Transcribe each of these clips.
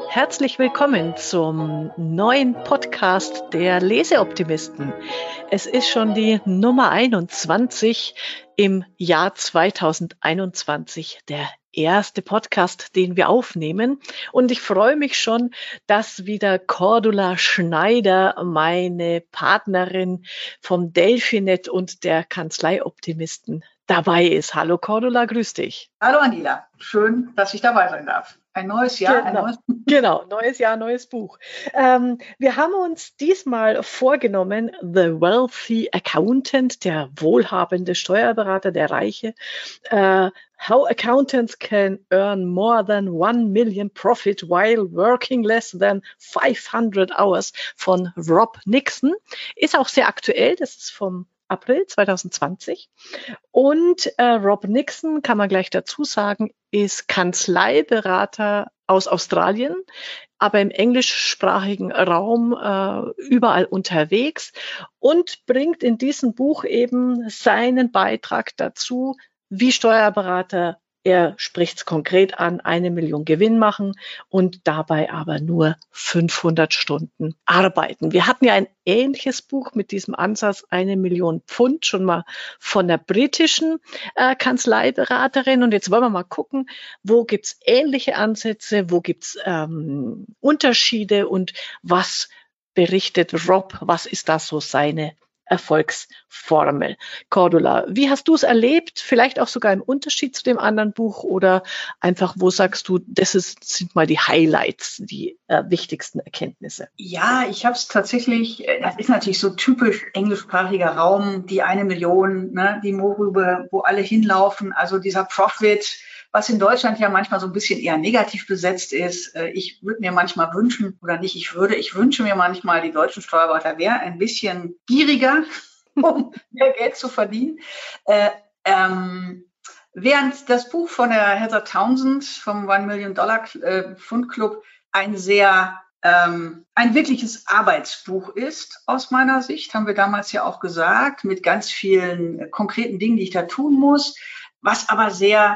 Herzlich willkommen zum neuen Podcast der Leseoptimisten. Es ist schon die Nummer 21 im Jahr 2021, der erste Podcast, den wir aufnehmen. Und ich freue mich schon, dass wieder Cordula Schneider, meine Partnerin vom Delphinet und der Kanzlei Optimisten, dabei ist. Hallo Cordula, grüß dich. Hallo Anila, schön, dass ich dabei sein darf. Ein neues Jahr, ein neues Buch. Genau, neues Jahr, neues Buch. Wir haben uns diesmal vorgenommen, The Wealthy Accountant, der wohlhabende Steuerberater, der Reiche, How Accountants Can Earn More Than 1 Million Profit While Working Less Than 500 Hours von Rob Nixon. Ist auch sehr aktuell, das ist vom April 2020. Und Rob Nixon, kann man gleich dazu sagen, ist Kanzleiberater aus Australien, aber im englischsprachigen Raum überall unterwegs und bringt in diesem Buch eben seinen Beitrag dazu, wie Steuerberater, er spricht es konkret an, 1 Million Gewinn machen und dabei aber nur 500 Stunden arbeiten. Wir hatten ja ein ähnliches Buch mit diesem Ansatz, 1 Million Pfund, schon mal von der britischen Kanzleiberaterin. Und jetzt wollen wir mal gucken, wo gibt's ähnliche Ansätze, wo gibt's Unterschiede und was berichtet Rob, was ist da so seine Erfolgsformel. Cordula, wie hast du es erlebt? Vielleicht auch sogar im Unterschied zu dem anderen Buch oder einfach, wo sagst du, sind mal die Highlights, die wichtigsten Erkenntnisse? Ja, ich habe es tatsächlich, das ist natürlich so typisch englischsprachiger Raum, die 1 Million, ne, die Mohrrübe, wo alle hinlaufen, also dieser Profit, was in Deutschland ja manchmal so ein bisschen eher negativ besetzt ist. Ich würde mir manchmal wünschen, oder nicht ich wünsche mir manchmal, die deutschen Steuerberater wären ein bisschen gieriger, um mehr Geld zu verdienen. Während das Buch von der Heather Townsend vom $1 Million Pfund Club ein wirkliches Arbeitsbuch ist, aus meiner Sicht, haben wir damals ja auch gesagt, mit ganz vielen konkreten Dingen, die ich da tun muss, was aber sehr,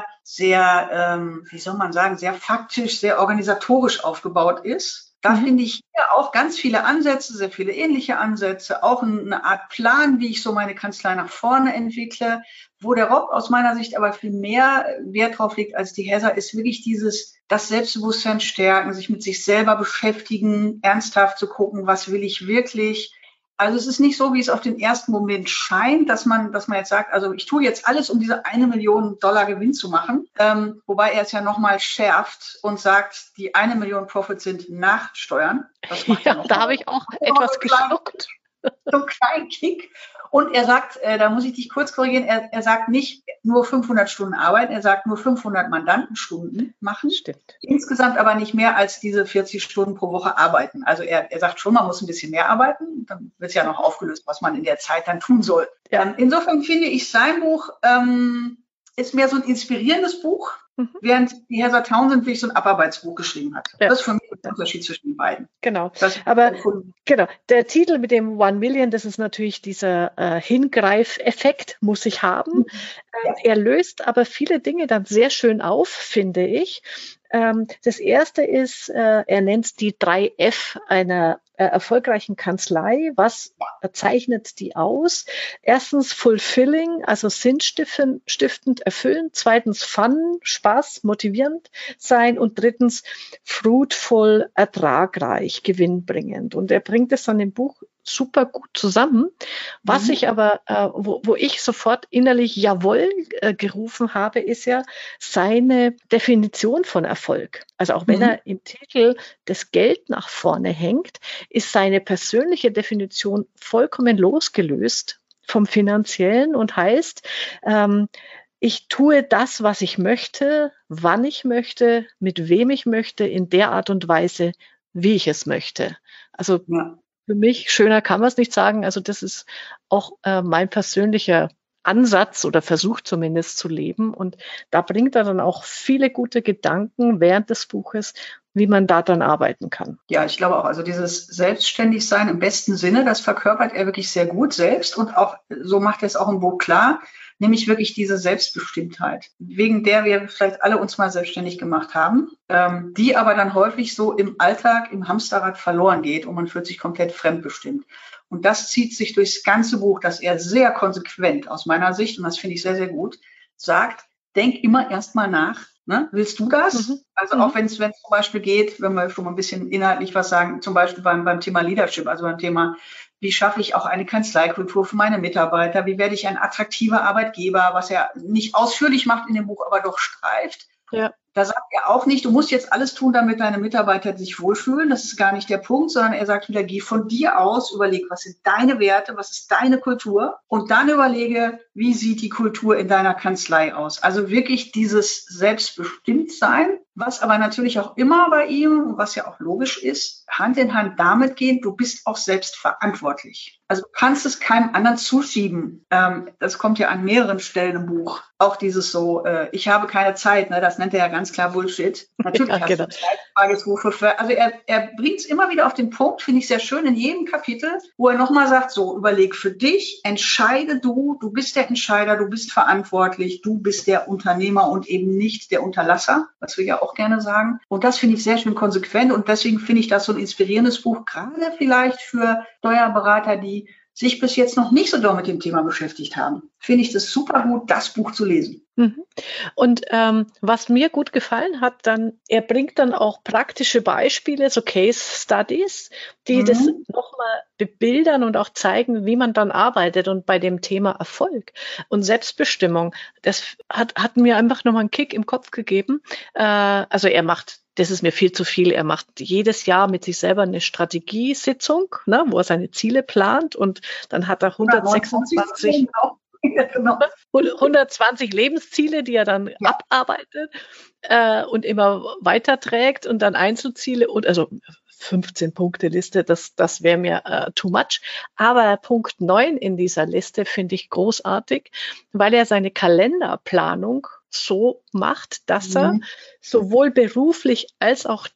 wie soll man sagen, sehr faktisch, sehr organisatorisch aufgebaut ist. Da finde ich hier auch ganz viele Ansätze, sehr viele ähnliche Ansätze, auch eine Art Plan, wie ich so meine Kanzlei nach vorne entwickle. Wo der Rob aus meiner Sicht aber viel mehr Wert drauf legt als die Heather, ist wirklich das Selbstbewusstsein stärken, sich mit sich selber beschäftigen, ernsthaft zu gucken, was will ich wirklich. Also es ist nicht so, wie es auf den ersten Moment scheint, dass man jetzt sagt, also ich tue jetzt alles, um diese 1 Million Dollar Gewinn zu machen. Wobei er es ja nochmal schärft und sagt, die 1 Million Profit sind nach Steuern. Das macht ja, da habe ich auch etwas geschluckt. So einen kleinen Kick. Und er sagt, da muss ich dich kurz korrigieren, er sagt nicht nur 500 Stunden arbeiten, er sagt nur 500 Mandantenstunden machen. Stimmt. Insgesamt aber nicht mehr als diese 40 Stunden pro Woche arbeiten. Also er sagt schon, man muss ein bisschen mehr arbeiten. Dann wird es ja noch aufgelöst, was man in der Zeit dann tun soll. Ja. Insofern finde ich, sein Buch ist mehr so ein inspirierendes Buch, während die Heather Townsend wirklich so ein Abarbeitsbuch geschrieben hat. Ja. Das ist für mich der Unterschied zwischen den beiden. Genau. Genau. Der Titel mit dem 1 Million, das ist natürlich dieser Hingreifeffekt, muss ich haben. Ja. Er löst aber viele Dinge dann sehr schön auf, finde ich. Das erste ist, er nennt es die 3F einer erfolgreichen Kanzlei. Was zeichnet die aus? Erstens fulfilling, also sinnstiftend erfüllen. Zweitens fun, Spaß, motivierend sein. Und drittens fruitful, ertragreich, gewinnbringend. Und er bringt es dann im Buch super gut zusammen. Was ich aber, wo ich sofort innerlich Jawohl gerufen habe, ist ja seine Definition von Erfolg. Also auch wenn er im Titel das Geld nach vorne hängt, ist seine persönliche Definition vollkommen losgelöst vom Finanziellen und heißt, ich tue das, was ich möchte, wann ich möchte, mit wem ich möchte, in der Art und Weise, wie ich es möchte. Also für mich, schöner kann man es nicht sagen. Also das ist auch mein persönlicher Ansatz oder Versuch zumindest zu leben. Und da bringt er dann auch viele gute Gedanken während des Buches, wie man da dann arbeiten kann. Ja, ich glaube auch. Also dieses Selbstständigsein im besten Sinne, das verkörpert er wirklich sehr gut selbst. Und auch so macht er es auch im Buch klar. nämlich wirklich diese Selbstbestimmtheit, wegen der wir vielleicht alle uns mal selbstständig gemacht haben, die aber dann häufig so im Alltag, im Hamsterrad verloren geht und man fühlt sich komplett fremdbestimmt. Und das zieht sich durchs ganze Buch, dass er sehr konsequent aus meiner Sicht, und das finde ich sehr, sehr gut, sagt, denk immer erst mal nach. Ne? Willst du das? Also auch wenn es zum Beispiel geht, wenn wir schon mal ein bisschen inhaltlich was sagen, zum Beispiel beim Thema Leadership, also beim Thema, wie schaffe ich auch eine Kanzleikultur für meine Mitarbeiter? Wie werde ich ein attraktiver Arbeitgeber, was er nicht ausführlich macht in dem Buch, aber doch streift. Ja. Da sagt er auch nicht, du musst jetzt alles tun, damit deine Mitarbeiter sich wohlfühlen. Das ist gar nicht der Punkt, sondern er sagt wieder, geh von dir aus, überleg, was sind deine Werte, was ist deine Kultur und dann überlege, wie sieht die Kultur in deiner Kanzlei aus. Also wirklich dieses Selbstbestimmtsein, was aber natürlich auch immer bei ihm, was ja auch logisch ist, Hand in Hand damit geht, du bist auch selbst verantwortlich. Also du kannst es keinem anderen zuschieben. Das kommt ja an mehreren Stellen im Buch. Auch dieses so, ich habe keine Zeit, ne, das nennt er ja ganz klar Bullshit. Natürlich Ja, hast genau. du Tagesrufe. Also er bringt es immer wieder auf den Punkt, finde ich sehr schön, in jedem Kapitel, wo er nochmal sagt, so, überleg für dich, entscheide du bist der Entscheider, du bist verantwortlich, du bist der Unternehmer und eben nicht der Unterlasser, was wir ja auch gerne sagen. Und das finde ich sehr schön konsequent und deswegen finde ich das so ein inspirierendes Buch, gerade vielleicht für Steuerberater, die sich bis jetzt noch nicht so doll mit dem Thema beschäftigt haben. Finde ich das super gut, das Buch zu lesen. Und was mir gut gefallen hat, dann, er bringt dann auch praktische Beispiele, so Case Studies, die das nochmal bebildern und auch zeigen, wie man dann arbeitet und bei dem Thema Erfolg und Selbstbestimmung. Das hat mir einfach nochmal einen Kick im Kopf gegeben. Also das ist mir viel zu viel. Er macht jedes Jahr mit sich selber eine Strategiesitzung, ne, wo er seine Ziele plant und dann hat er 126 Lebensziele, die er dann abarbeitet und immer weiterträgt und dann Einzelziele und also 15-Punkte-Liste, das wäre mir too much. Aber Punkt 9 in dieser Liste finde ich großartig, weil er seine Kalenderplanung so macht, dass er sowohl beruflich als auch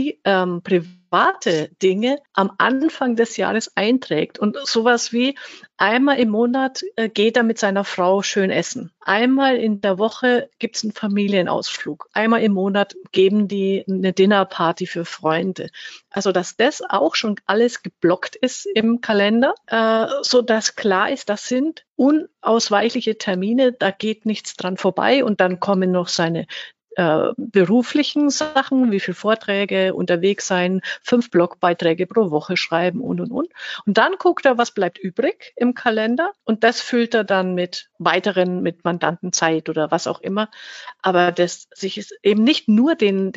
private Dinge am Anfang des Jahres einträgt. Und sowas wie einmal im Monat geht er mit seiner Frau schön essen. Einmal in der Woche gibt es einen Familienausflug. Einmal im Monat geben die eine Dinnerparty für Freunde. Also dass das auch schon alles geblockt ist im Kalender, so dass klar ist, das sind unausweichliche Termine, da geht nichts dran vorbei und dann kommen noch seine beruflichen Sachen, wie viele Vorträge unterwegs sein, 5 Blogbeiträge pro Woche schreiben und. Und dann guckt er, was bleibt übrig im Kalender und das füllt er dann mit Mandantenzeit oder was auch immer. Aber das sich eben nicht nur den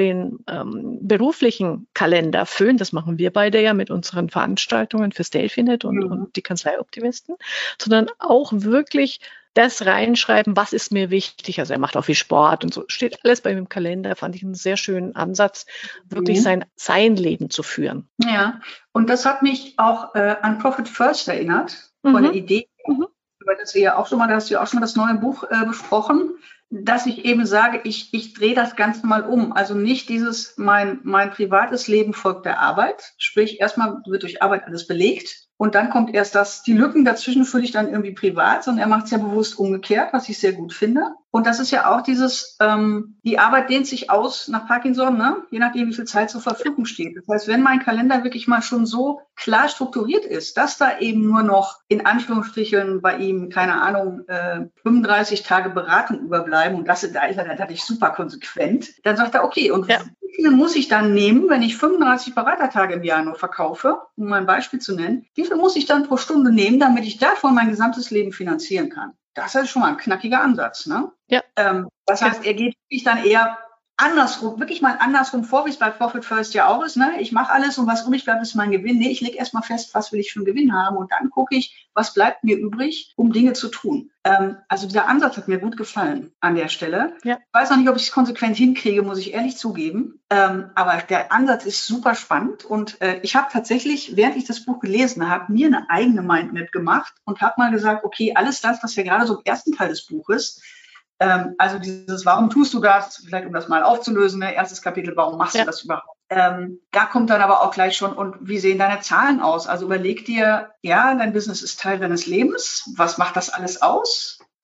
beruflichen Kalender füllen, das machen wir beide ja mit unseren Veranstaltungen für Delphinet und die Kanzleioptimisten, sondern auch wirklich das reinschreiben, was ist mir wichtig. Also er macht auch viel Sport und so. Steht alles bei ihm im Kalender. Fand ich einen sehr schönen Ansatz, wirklich sein Leben zu führen. Ja, und das hat mich auch an Profit First erinnert, von der Idee, über das wir ja auch schon mal, da hast du ja auch schon mal das neue Buch besprochen, dass ich eben sage, ich drehe das Ganze mal um. Also nicht dieses, mein privates Leben folgt der Arbeit, sprich erstmal wird durch Arbeit alles belegt. Und dann kommt erst die Lücken dazwischen fülle ich dann irgendwie privat, sondern er macht es ja bewusst umgekehrt, was ich sehr gut finde. Und das ist ja auch dieses, die Arbeit dehnt sich aus nach Parkinson, ne? Je nachdem, wie viel Zeit zur Verfügung steht. Das heißt, wenn mein Kalender wirklich mal schon so klar strukturiert ist, dass da eben nur noch in Anführungsstrichen bei ihm, keine Ahnung, 35 Tage Beratung überbleiben und da ist er natürlich super konsequent, dann sagt er, okay, und wie viel muss ich dann nehmen, wenn ich 35 Beratertage im Jahr nur verkaufe, um mal ein Beispiel zu nennen, wie viel muss ich dann pro Stunde nehmen, damit ich davon mein gesamtes Leben finanzieren kann? Das ist schon mal ein knackiger Ansatz, ne? Ja. Das heißt, er geht wirklich dann eher andersrum, wirklich mal andersrum vor, wie es bei Profit First ja auch ist, ne? Ich mache alles und was übrig bleibt, ist mein Gewinn. Nee, ich lege erstmal fest, was will ich für einen Gewinn haben und dann gucke ich, was bleibt mir übrig, um Dinge zu tun. Also dieser Ansatz hat mir gut gefallen an der Stelle. Ja. Ich weiß noch nicht, ob ich es konsequent hinkriege, muss ich ehrlich zugeben. Aber der Ansatz ist super spannend und ich habe tatsächlich, während ich das Buch gelesen habe, mir eine eigene Mindmap gemacht und habe mal gesagt, okay, alles das, was ja gerade so im ersten Teil des Buches, also dieses, warum tust du das, vielleicht um das mal aufzulösen, ne? Erstes Kapitel, warum machst du das überhaupt? Da kommt dann aber auch gleich schon, und wie sehen deine Zahlen aus? Also überleg dir, ja, dein Business ist Teil deines Lebens. Was macht das alles aus?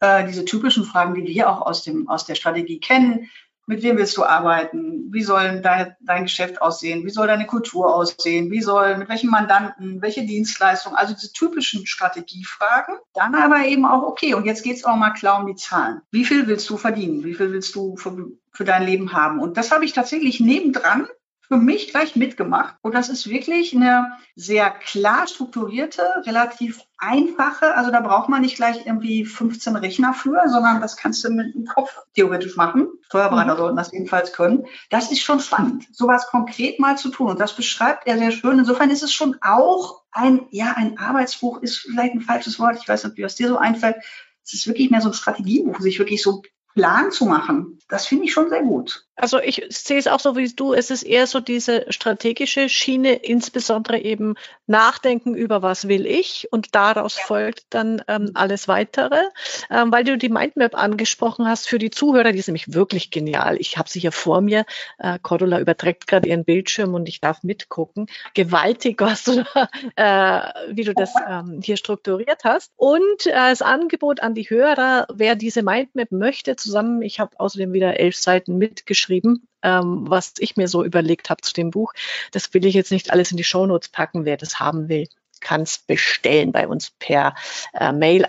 diese typischen Fragen, die wir auch aus der Strategie kennen. Mit wem willst du arbeiten? Wie soll dein Geschäft aussehen? Wie soll deine Kultur aussehen? Mit welchen Mandanten? Welche Dienstleistungen? Also diese typischen Strategiefragen. Dann aber eben auch, okay, und jetzt geht's auch mal klar um die Zahlen. Wie viel willst du verdienen? Wie viel willst du für dein Leben haben? Und das habe ich tatsächlich nebendran für mich gleich mitgemacht. Und das ist wirklich eine sehr klar strukturierte, relativ einfache, also da braucht man nicht gleich irgendwie 15 Rechner für, sondern das kannst du mit dem Kopf theoretisch machen. Steuerberater sollten das jedenfalls können. Das ist schon spannend, sowas konkret mal zu tun. Und das beschreibt er sehr schön. Insofern ist es schon auch ein Arbeitsbuch ist vielleicht ein falsches Wort. Ich weiß nicht, wie das dir so einfällt. Es ist wirklich mehr so ein Strategiebuch, sich wirklich so Plan zu machen. Das finde ich schon sehr gut. Also ich sehe es auch so wie du, es ist eher so diese strategische Schiene, insbesondere eben nachdenken über was will ich und daraus folgt dann alles Weitere. Weil du die Mindmap angesprochen hast für die Zuhörer, die ist nämlich wirklich genial. Ich habe sie hier vor mir, Cordula überträgt gerade ihren Bildschirm und ich darf mitgucken. Gewaltig, was du wie du das hier strukturiert hast. Und das Angebot an die Hörer, wer diese Mindmap möchte, zusammen, ich habe außerdem wieder 11 Seiten mitgeschrieben, was ich mir so überlegt habe zu dem Buch. Das will ich jetzt nicht alles in die Shownotes packen. Wer das haben will, kann es bestellen bei uns per Mail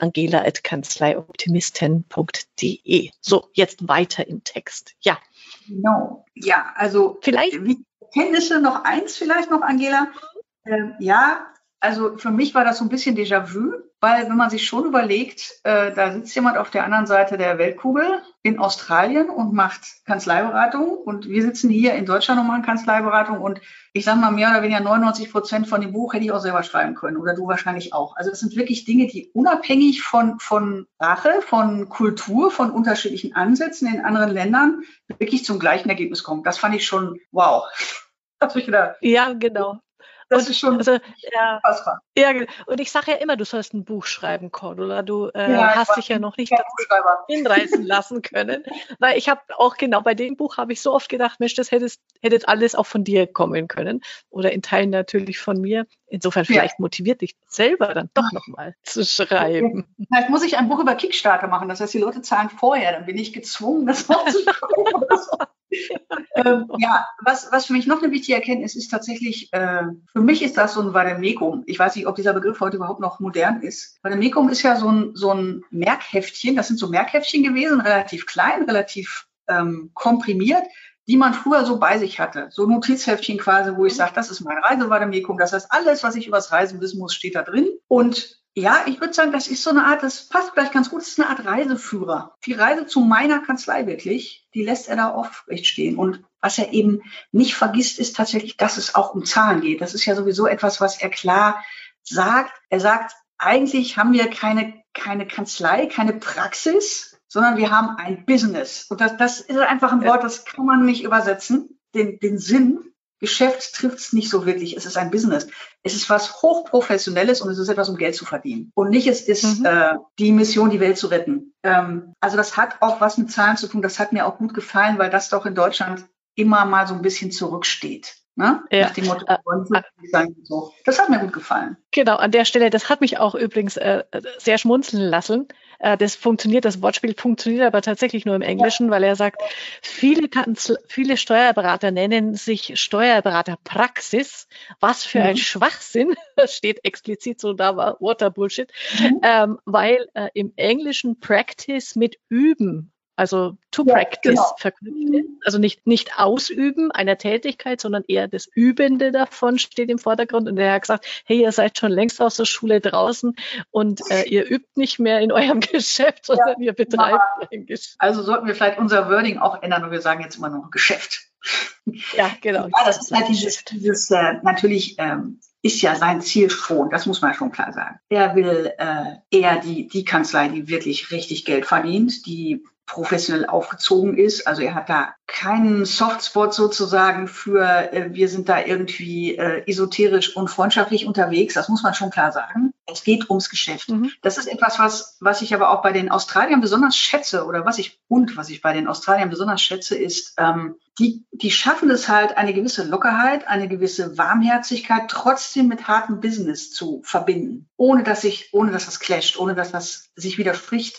angela@kanzleioptimisten.de. So, jetzt weiter im Text. Ja. Genau. Ja, also vielleicht Kenntnisse noch eins vielleicht noch, Angela. Also für mich war das so ein bisschen Déjà-vu, weil wenn man sich schon überlegt, da sitzt jemand auf der anderen Seite der Weltkugel in Australien und macht Kanzleiberatung und wir sitzen hier in Deutschland und machen Kanzleiberatung und ich sage mal mehr oder weniger 99% von dem Buch hätte ich auch selber schreiben können oder du wahrscheinlich auch. Also das sind wirklich Dinge, die unabhängig von Sprache, von Kultur, von unterschiedlichen Ansätzen in anderen Ländern wirklich zum gleichen Ergebnis kommen. Das fand ich schon wow. Ja, genau. Das ist schon unfassbar. Ja, und ich sage ja immer, du sollst ein Buch schreiben, Cordula. Du hast dich ja noch nicht dazu hinreißen lassen können. Weil ich habe auch genau bei dem Buch habe ich so oft gedacht, Mensch, das hätte alles auch von dir kommen können. Oder in Teilen natürlich von mir. Insofern vielleicht motiviert dich selber dann doch nochmal zu schreiben. Vielleicht muss ich ein Buch über Kickstarter machen. Das heißt, die Leute zahlen vorher. Dann bin ich gezwungen, das auch zu schreiben oder so. Was für mich noch eine wichtige Erkenntnis ist tatsächlich, für mich ist das so ein Vademekum. Ich weiß nicht, ob dieser Begriff heute überhaupt noch modern ist. Vademekum ist ja so ein Merkheftchen, das sind so Merkheftchen gewesen, relativ klein, relativ komprimiert, die man früher so bei sich hatte. So Notizheftchen quasi, wo ich sage, das ist mein Reisevademecum. Das heißt, alles, was ich über das Reisen wissen muss, steht da drin. Und ja, ich würde sagen, das ist so eine Art, das passt vielleicht ganz gut, das ist eine Art Reiseführer. Die Reise zu meiner Kanzlei wirklich, die lässt er da aufrecht stehen. Und was er eben nicht vergisst, ist tatsächlich, dass es auch um Zahlen geht. Das ist ja sowieso etwas, was er klar sagt. Er sagt, eigentlich haben wir keine Kanzlei, keine Praxis, sondern wir haben ein Business. Und das ist einfach ein Wort, das kann man nicht übersetzen. Den Sinn, Geschäft trifft es nicht so wirklich. Es ist ein Business. Es ist was Hochprofessionelles und es ist etwas, um Geld zu verdienen. Und nicht, es ist die Mission, die Welt zu retten. Also das hat auch was mit Zahlen zu tun. Das hat mir auch gut gefallen, weil das doch in Deutschland immer mal so ein bisschen zurücksteht. Ne? Nach dem Motto, so. Das hat mir gut gefallen. Genau, an der Stelle, das hat mich auch übrigens sehr schmunzeln lassen. Das Wortspiel funktioniert aber tatsächlich nur im Englischen, weil er sagt, viele Steuerberater nennen sich Steuerberaterpraxis. Was für ein Schwachsinn. Das steht explizit so da, war Water Bullshit. Weil im Englischen Practice mit Üben, also to practice verknüpft ist. Also nicht Ausüben einer Tätigkeit, sondern eher das Übende davon steht im Vordergrund. Und er hat gesagt, hey, ihr seid schon längst aus der Schule draußen und ihr übt nicht mehr in eurem Geschäft, sondern ihr betreibt ein Geschäft. Also sollten wir vielleicht unser Wording auch ändern und wir sagen jetzt immer nur Geschäft. Ja, genau. Ja, das ist halt dieses natürlich ist ja sein Ziel schon, das muss man schon klar sagen. Er will eher die Kanzlei, die wirklich richtig Geld verdient, die professionell aufgezogen ist. Also er hat da keinen Softspot sozusagen für, wir sind da irgendwie esoterisch und freundschaftlich unterwegs. Das muss man schon klar sagen. Es geht ums Geschäft. Das ist etwas, was ich aber auch bei den Australiern besonders schätze oder was ich bei den Australiern besonders schätze, ist, die schaffen es halt, eine gewisse Lockerheit, eine gewisse Warmherzigkeit trotzdem mit hartem Business zu verbinden, ohne dass das clasht, ohne dass das sich widerspricht.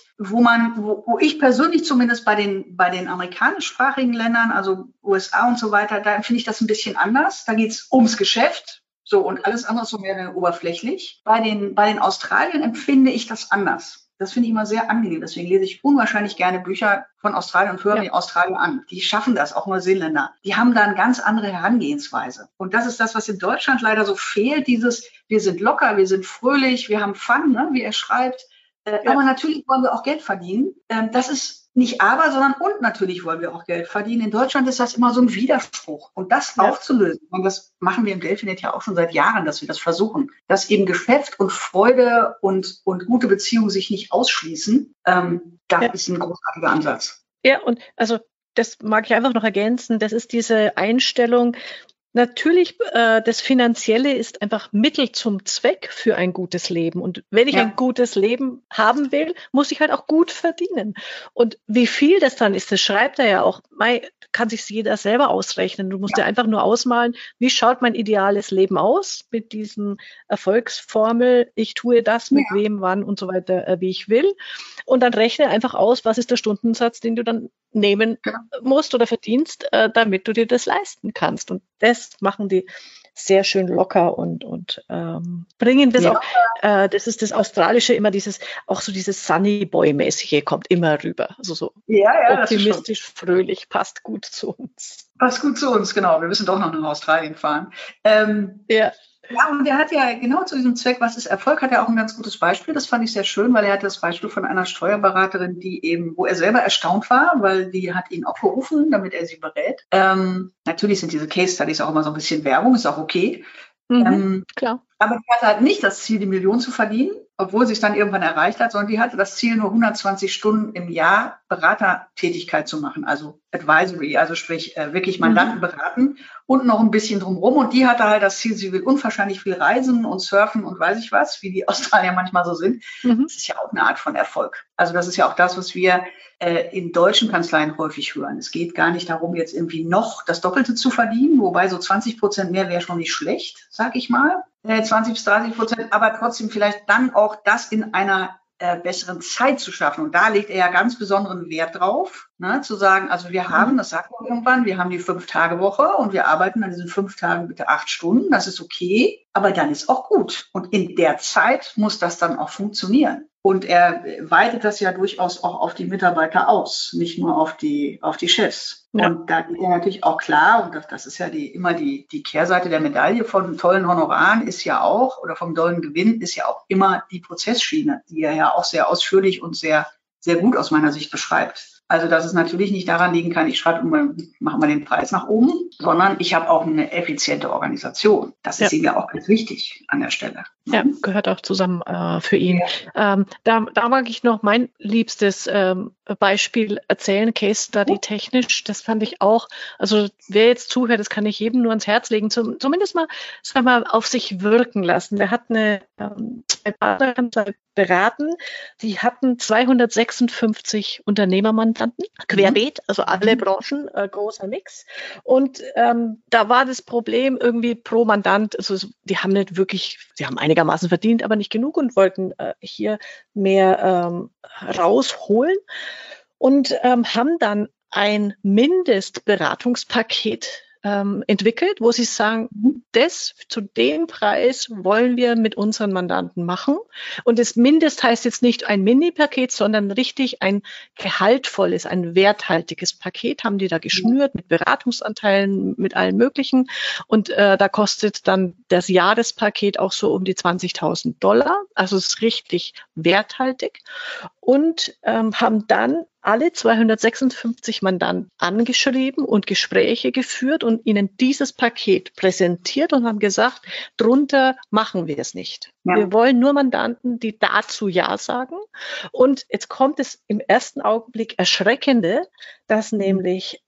Wo ich persönlich zumindest bei den amerikanischsprachigen Ländern, also USA und so weiter, da empfinde ich das ein bisschen anders. Da geht's ums Geschäft. So, und alles andere ist so mehr oberflächlich. Bei den Australiern empfinde ich das anders. Das finde ich immer sehr angenehm. Deswegen lese ich unwahrscheinlich gerne Bücher von Australien und höre mir Australier an. Die schaffen das, auch Neuseeländer. Die haben da eine ganz andere Herangehensweise. Und das ist das, was in Deutschland leider so fehlt. Wir sind locker, wir sind fröhlich, wir haben Fun, ne, wie er schreibt. Aber natürlich wollen wir auch Geld verdienen. Das ist nicht aber, sondern und natürlich wollen wir auch Geld verdienen. In Deutschland ist das immer so ein Widerspruch. Und das aufzulösen, und das machen wir im Delfinet ja auch schon seit Jahren, dass wir das versuchen, dass eben Geschäft und Freude und gute Beziehungen sich nicht ausschließen, ist ein großartiger Ansatz. Ja, und also das mag ich einfach noch ergänzen, das ist diese Einstellung. Natürlich, das Finanzielle ist einfach Mittel zum Zweck für ein gutes Leben. Und wenn ich ein gutes Leben haben will, muss ich halt auch gut verdienen. Und wie viel das dann ist, das schreibt er ja auch. Kann sich jeder selber ausrechnen. Du musst dir einfach nur ausmalen, wie schaut mein ideales Leben aus mit diesen Erfolgsformel. Ich tue das mit wem, wann und so weiter, wie ich will. Und dann rechne einfach aus, was ist der Stundensatz, den du dann nehmen musst oder verdienst, damit du dir das leisten kannst. Und das machen die sehr schön locker und bringen das auch, das ist das Australische immer dieses Sunny Boy-mäßige kommt immer rüber. Also so optimistisch, fröhlich, passt gut zu uns. Passt gut zu uns, genau. Wir müssen doch noch nach Australien fahren. Ja, und er hat ja genau zu diesem Zweck, was ist Erfolg, hat er auch ein ganz gutes Beispiel. Das fand ich sehr schön, weil er hatte das Beispiel von einer Steuerberaterin, wo er selber erstaunt war, weil die hat ihn auch gerufen, damit er sie berät. Natürlich sind diese Case Studies auch immer so ein bisschen Werbung, ist auch okay. Klar. Aber die hatte halt nicht das Ziel, die Million zu verdienen, obwohl sie es dann irgendwann erreicht hat, sondern die hatte das Ziel, nur 120 Stunden im Jahr Beratertätigkeit zu machen, also Advisory, also sprich wirklich Mandanten beraten und noch ein bisschen drumherum. Und die hatte halt das Ziel, sie will unwahrscheinlich viel reisen und surfen und weiß ich was, wie die Australier manchmal so sind. Das ist ja auch eine Art von Erfolg. Also das ist ja auch das, was wir in deutschen Kanzleien häufig hören. Es geht gar nicht darum, jetzt irgendwie noch das Doppelte zu verdienen, wobei so 20% mehr wäre schon nicht schlecht, sag ich mal. 20-30%, aber trotzdem vielleicht dann auch das in einer besseren Zeit zu schaffen. Und da legt er ja ganz besonderen Wert drauf, ne, zu sagen, also wir haben, das sagt man irgendwann, wir haben die 5-Tage-Woche und wir arbeiten an diesen 5 Tagen bitte 8 Stunden, das ist okay, aber dann ist auch gut. Und in der Zeit muss das dann auch funktionieren. Und er weitet das ja durchaus auch auf die Mitarbeiter aus, nicht nur auf die Chefs. Ja. Und da geht er natürlich auch klar, und das ist ja immer die Kehrseite der Medaille von tollen Honoraren ist ja auch, oder vom tollen Gewinn ist ja auch immer die Prozessschiene, die er ja auch sehr ausführlich und sehr, sehr gut aus meiner Sicht beschreibt. Also, dass es natürlich nicht daran liegen kann, ich mache mal den Preis nach oben, sondern ich habe auch eine effiziente Organisation. Das ist ihm ja auch ganz wichtig an der Stelle. Ja, gehört auch zusammen für ihn. Ja. Da mag ich noch mein liebstes Beispiel erzählen, Case Study technisch. Das fand ich auch, also wer jetzt zuhört, das kann ich jedem nur ans Herz legen, zumindest mal auf sich wirken lassen. Der hat eine Partnerkanzlei beraten, die hatten 256 Unternehmermandanten, querbeet, also alle Branchen, großer Mix. Und da war das Problem irgendwie pro Mandant, also die haben einigermaßen verdient, aber nicht genug und wollten hier mehr rausholen und haben dann ein Mindestberatungspaket entwickelt, wo sie sagen, zu dem Preis wollen wir mit unseren Mandanten machen. Und das Mindest heißt jetzt nicht ein Mini-Paket, sondern richtig ein gehaltvolles, ein werthaltiges Paket haben die da geschnürt mit Beratungsanteilen, mit allen möglichen. Und da kostet dann das Jahrespaket auch so um die $20.000. Also es ist richtig werthaltig. Und haben dann alle 256 Mandanten angeschrieben und Gespräche geführt und ihnen dieses Paket präsentiert und haben gesagt, drunter machen wir es nicht. Ja. Wir wollen nur Mandanten, die dazu Ja sagen. Und jetzt kommt es im ersten Augenblick Erschreckende, dass nämlich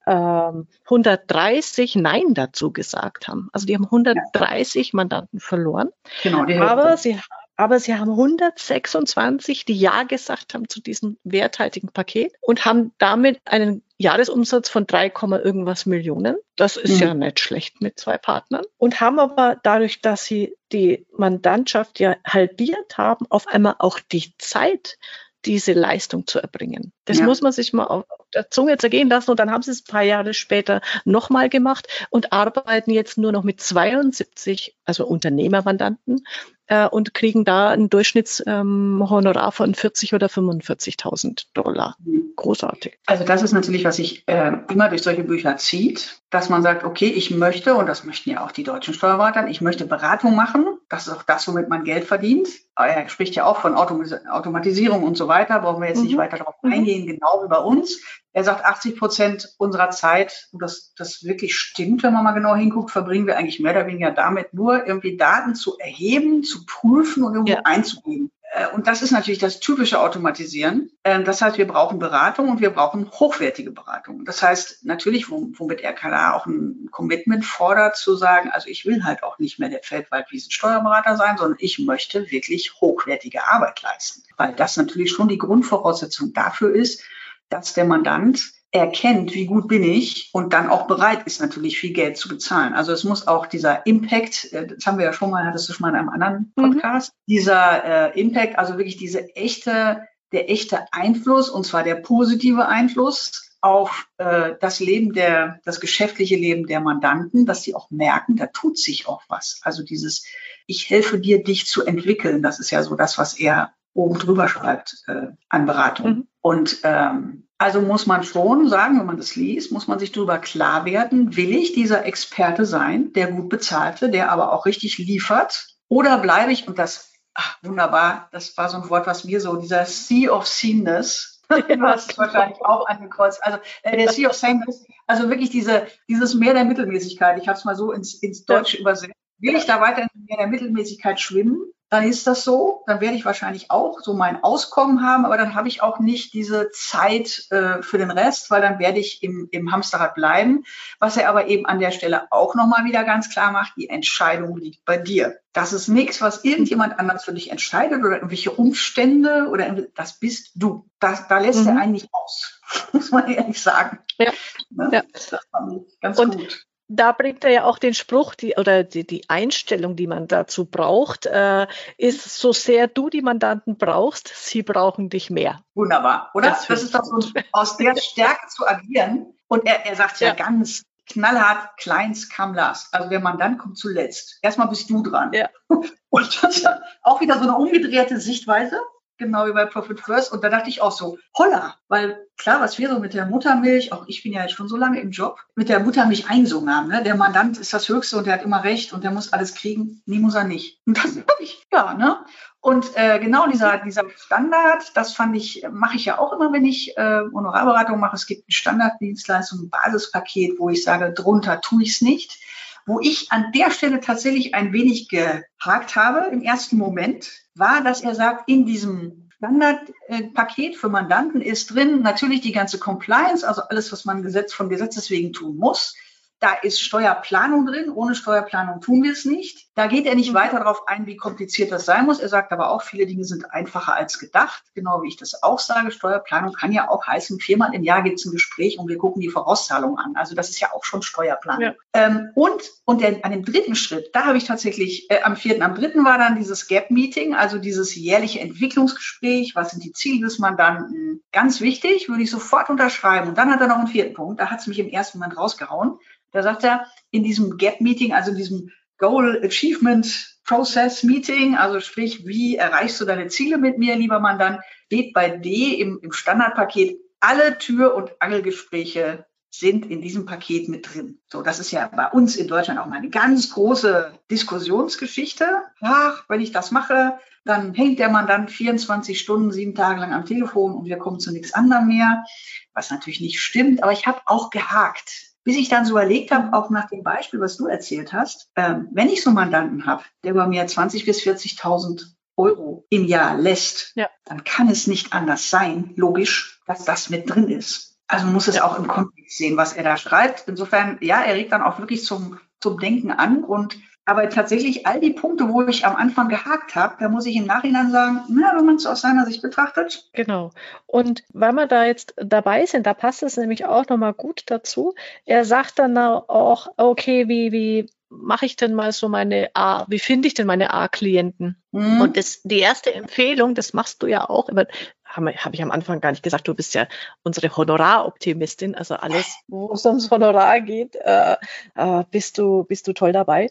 130 Nein dazu gesagt haben. Also die haben 130 Mandanten verloren. Genau, aber sie haben 126, die Ja gesagt haben zu diesem werthaltigen Paket und haben damit einen Jahresumsatz von 3, irgendwas Millionen. Das ist ja nicht schlecht mit 2 Partnern. Und haben aber dadurch, dass sie die Mandantschaft ja halbiert haben, auf einmal auch die Zeit, diese Leistung zu erbringen. Das muss man sich mal auf der Zunge zergehen lassen. Und dann haben sie es ein paar Jahre später nochmal gemacht und arbeiten jetzt nur noch mit 72, also Unternehmermandanten, und kriegen da ein Durchschnittshonorar von 40.000 oder 45.000 $. Großartig. Also das ist natürlich, was sich immer durch solche Bücher zieht, dass man sagt, okay, ich möchte, und das möchten ja auch die deutschen Steuerberater, ich möchte Beratung machen. Das ist auch das, womit man Geld verdient. Aber er spricht ja auch von Automatisierung und so weiter. Brauchen wir jetzt nicht weiter darauf eingehen, genau wie bei uns. Er sagt, 80% unserer Zeit, und das wirklich stimmt, wenn man mal genau hinguckt, verbringen wir eigentlich mehr oder weniger damit, nur irgendwie Daten zu erheben, zu prüfen und irgendwo einzugeben. Und das ist natürlich das typische Automatisieren. Das heißt, wir brauchen Beratung und wir brauchen hochwertige Beratung. Das heißt natürlich, womit RKA auch ein Commitment fordert, zu sagen, also ich will halt auch nicht mehr der Feldwald-Wiesen-Steuerberater sein, sondern ich möchte wirklich hochwertige Arbeit leisten. Weil das natürlich schon die Grundvoraussetzung dafür ist, dass der Mandant erkennt, wie gut bin ich und dann auch bereit ist, natürlich viel Geld zu bezahlen. Also es muss auch dieser Impact, das haben wir ja schon mal, hattest du schon mal in einem anderen Podcast, dieser Impact, also wirklich der echte Einfluss, und zwar der positive Einfluss auf das geschäftliche Leben der Mandanten, dass sie auch merken, da tut sich auch was. Also dieses, ich helfe dir, dich zu entwickeln, das ist ja so das, was er oben drüber schreibt an Beratung. Und also muss man schon sagen, wenn man das liest, muss man sich darüber klar werden, will ich dieser Experte sein, der gut bezahlte, der aber auch richtig liefert, oder bleibe ich, und das, wunderbar, das war so ein Wort, was mir so, dieser Sea of Sameness, du hast es wahrscheinlich auch angekreuzt, also der Sea of Sameness, also wirklich dieses Meer der Mittelmäßigkeit, ich habe es mal so ins Deutsche übersetzt, will ich da weiter im Meer der Mittelmäßigkeit schwimmen, dann ist das so, dann werde ich wahrscheinlich auch so mein Auskommen haben, aber dann habe ich auch nicht diese Zeit für den Rest, weil dann werde ich im Hamsterrad bleiben. Was er aber eben an der Stelle auch nochmal wieder ganz klar macht, die Entscheidung liegt bei dir. Das ist nichts, was irgendjemand anders für dich entscheidet oder irgendwelche Umstände, oder das bist du. Da lässt er einen nicht aus, muss man ehrlich sagen. Ja. Ne? Ja. Das fand ich ganz gut. Da bringt er ja auch den Spruch, die Einstellung, die man dazu braucht, ist, so sehr du die Mandanten brauchst, sie brauchen dich mehr. Wunderbar, oder? Das ist doch so, aus der Stärke zu agieren. Und er sagt ja ganz knallhart, Kleins kam last. Also der Mandant kommt zuletzt. Erstmal bist du dran. Ja. Und das ist ja auch wieder so eine umgedrehte Sichtweise. Genau wie bei Profit First. Und da dachte ich auch so, holla, weil klar, was wir so mit der Muttermilch, auch ich bin ja jetzt schon so lange im Job, mit der Muttermilch eingesungen haben. Ne? Der Mandant ist das Höchste und der hat immer recht und der muss alles kriegen. Nee, muss er nicht. Und das habe ich, ne? Und genau dieser Standard, das mache ich ja auch immer, wenn ich Honorarberatung mache. Es gibt eine Standarddienstleistung, ein Basispaket, wo ich sage, drunter tue ich es nicht. Wo ich an der Stelle tatsächlich ein wenig gehakt habe im ersten Moment, war, dass er sagt, in diesem Standardpaket für Mandanten ist drin natürlich die ganze Compliance, also alles, was man von Gesetzes wegen tun muss. Da ist Steuerplanung drin. Ohne Steuerplanung tun wir es nicht. Da geht er nicht weiter darauf ein, wie kompliziert das sein muss. Er sagt aber auch, viele Dinge sind einfacher als gedacht. Genau wie ich das auch sage. Steuerplanung kann ja auch heißen, 4-mal im Jahr gibt es ein Gespräch und wir gucken die Vorauszahlung an. Also das ist ja auch schon Steuerplanung. Ja. Und an dem dritten Schritt, da habe ich tatsächlich am 4., am 3. war dann dieses Gap-Meeting, also dieses jährliche Entwicklungsgespräch. Was sind die Ziele des Mandanten? Ganz wichtig, würde ich sofort unterschreiben. Und dann hat er noch einen 4. Punkt. Da hat es mich im ersten Moment rausgehauen. Da sagt er, in diesem Gap-Meeting, also in diesem Goal Achievement Process Meeting, also sprich, wie erreichst du deine Ziele mit mir, lieber Mandant, steht bei D im Standardpaket alle Tür- und Angelgespräche sind in diesem Paket mit drin. So, das ist ja bei uns in Deutschland auch mal eine ganz große Diskussionsgeschichte. Ach, wenn ich das mache, dann hängt der Mandant 24 Stunden, 7 Tage lang am Telefon und wir kommen zu nichts anderem mehr, was natürlich nicht stimmt. Aber ich habe auch gehakt. Bis ich dann so überlegt habe, auch nach dem Beispiel, was du erzählt hast, wenn ich so einen Mandanten habe, der bei mir 20.000 bis 40.000 Euro im Jahr lässt, dann kann es nicht anders sein, logisch, dass das mit drin ist. Also man muss es auch im Kontext sehen, was er da schreibt. Insofern, ja, er regt dann auch wirklich zum Denken an. Aber tatsächlich all die Punkte, wo ich am Anfang gehakt habe, da muss ich im Nachhinein sagen, na, wenn man es aus seiner Sicht betrachtet. Genau. Und weil wir da jetzt dabei sind, da passt es nämlich auch nochmal gut dazu. Er sagt dann auch, okay, wie mache ich denn mal so wie finde ich denn meine A-Klienten? Und die erste Empfehlung, das machst du ja auch immer, habe ich am Anfang gar nicht gesagt, du bist ja unsere Honoraroptimistin, also alles, wo es ums Honorar geht, bist du toll dabei.